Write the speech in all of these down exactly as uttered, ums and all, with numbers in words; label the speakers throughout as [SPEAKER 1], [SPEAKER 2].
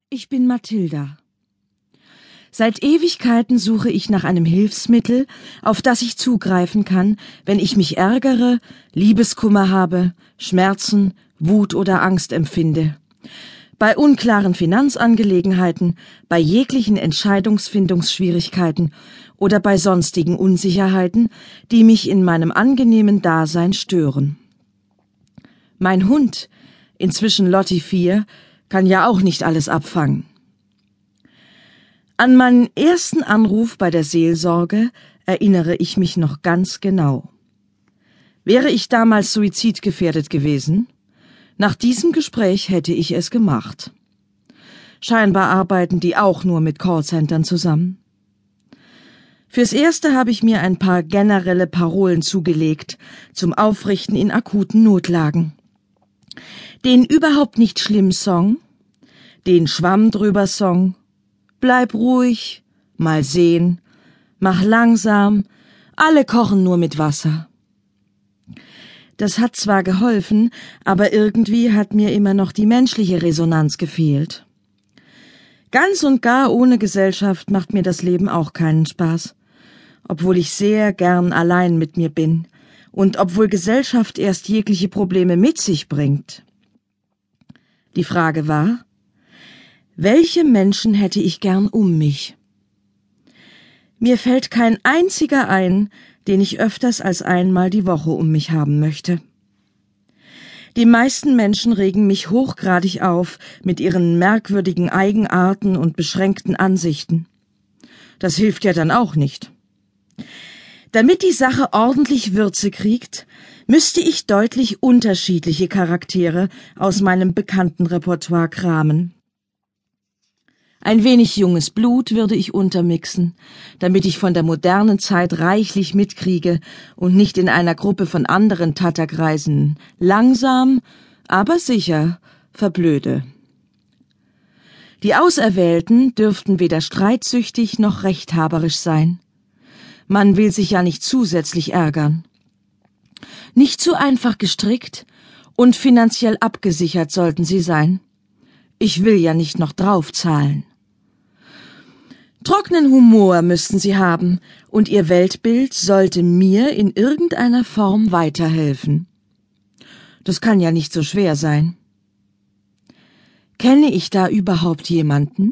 [SPEAKER 1] Ich bin Mathilda. Seit Ewigkeiten suche ich nach einem Hilfsmittel, auf das ich zugreifen kann, wenn ich mich ärgere, Liebeskummer habe, Schmerzen, Wut oder Angst empfinde. Bei unklaren Finanzangelegenheiten, bei jeglichen Entscheidungsfindungsschwierigkeiten oder bei sonstigen Unsicherheiten, die mich in meinem angenehmen Dasein stören. Mein Hund, inzwischen Lotti vier, kann ja auch nicht alles abfangen. An meinen ersten Anruf bei der Seelsorge erinnere ich mich noch ganz genau. Wäre ich damals suizidgefährdet gewesen? Nach diesem Gespräch hätte ich es gemacht. Scheinbar arbeiten die auch nur mit Callcentern zusammen. Fürs Erste habe ich mir ein paar generelle Parolen zugelegt zum Aufrichten in akuten Notlagen. Den überhaupt nicht schlimm Song, den Schwamm drüber Song, bleib ruhig, mal sehen, mach langsam, alle kochen nur mit Wasser. Das hat zwar geholfen, aber irgendwie hat mir immer noch die menschliche Resonanz gefehlt. Ganz und gar ohne Gesellschaft macht mir das Leben auch keinen Spaß, obwohl ich sehr gern allein mit mir bin und obwohl Gesellschaft erst jegliche Probleme mit sich bringt. Die Frage war, welche Menschen hätte ich gern um mich? Mir fällt kein einziger ein, den ich öfters als einmal die Woche um mich haben möchte. Die meisten Menschen regen mich hochgradig auf mit ihren merkwürdigen Eigenarten und beschränkten Ansichten. Das hilft ja dann auch nicht. Damit die Sache ordentlich Würze kriegt, müsste ich deutlich unterschiedliche Charaktere aus meinem bekannten Repertoire kramen. Ein wenig junges Blut würde ich untermixen, damit ich von der modernen Zeit reichlich mitkriege und nicht in einer Gruppe von anderen Tatterkreisen langsam, aber sicher verblöde. Die Auserwählten dürften weder streitsüchtig noch rechthaberisch sein. Man will sich ja nicht zusätzlich ärgern. Nicht zu einfach gestrickt und finanziell abgesichert sollten sie sein. Ich will ja nicht noch draufzahlen. Trockenen Humor müssten sie haben, und ihr Weltbild sollte mir in irgendeiner Form weiterhelfen. Das kann ja nicht so schwer sein. Kenne ich da überhaupt jemanden?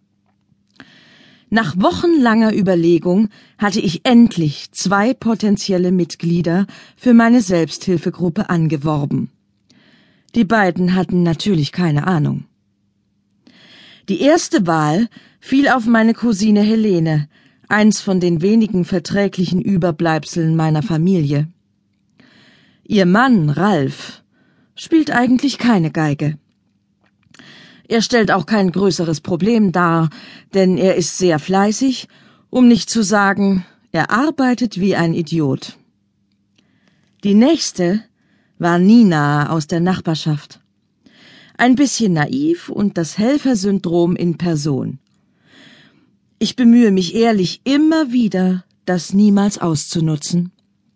[SPEAKER 1] Nach wochenlanger Überlegung hatte ich endlich zwei potenzielle Mitglieder für meine Selbsthilfegruppe angeworben. Die beiden hatten natürlich keine Ahnung. Die erste Wahl fiel auf meine Cousine Helene, eins von den wenigen verträglichen Überbleibseln meiner Familie. Ihr Mann, Ralf, spielt eigentlich keine Geige. Er stellt auch kein größeres Problem dar, denn er ist sehr fleißig, um nicht zu sagen, er arbeitet wie ein Idiot. Die nächste war Nina aus der Nachbarschaft. Ein bisschen naiv und das Helfersyndrom in Person. Ich bemühe mich ehrlich immer wieder, das niemals auszunutzen.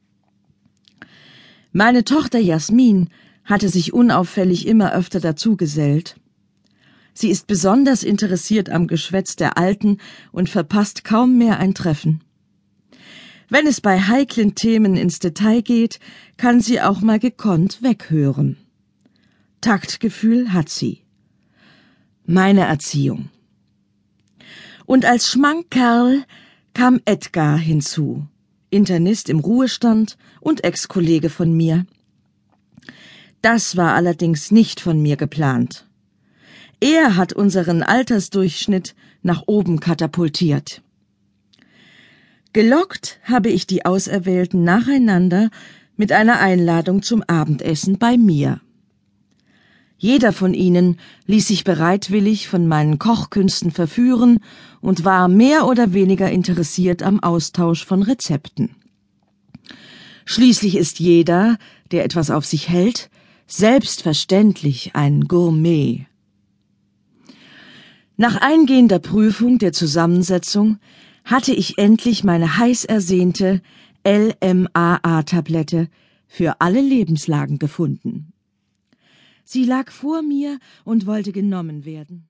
[SPEAKER 1] Meine Tochter Jasmin hatte sich unauffällig immer öfter dazugesellt. Sie ist besonders interessiert am Geschwätz der Alten und verpasst kaum mehr ein Treffen. Wenn es bei heiklen Themen ins Detail geht, kann sie auch mal gekonnt weghören. Taktgefühl hat sie. Meine Erziehung. Und als Schmankerl kam Edgar hinzu, Internist im Ruhestand und Ex-Kollege von mir. Das war allerdings nicht von mir geplant. Er hat unseren Altersdurchschnitt nach oben katapultiert. Gelockt habe ich die Auserwählten nacheinander mit einer Einladung zum Abendessen bei mir. Jeder von ihnen ließ sich bereitwillig von meinen Kochkünsten verführen und war mehr oder weniger interessiert am Austausch von Rezepten. Schließlich ist jeder, der etwas auf sich hält, selbstverständlich ein Gourmet. Nach eingehender Prüfung der Zusammensetzung hatte ich endlich meine heiß ersehnte L M A A-Tablette für alle Lebenslagen gefunden. Sie lag vor mir und wollte genommen werden.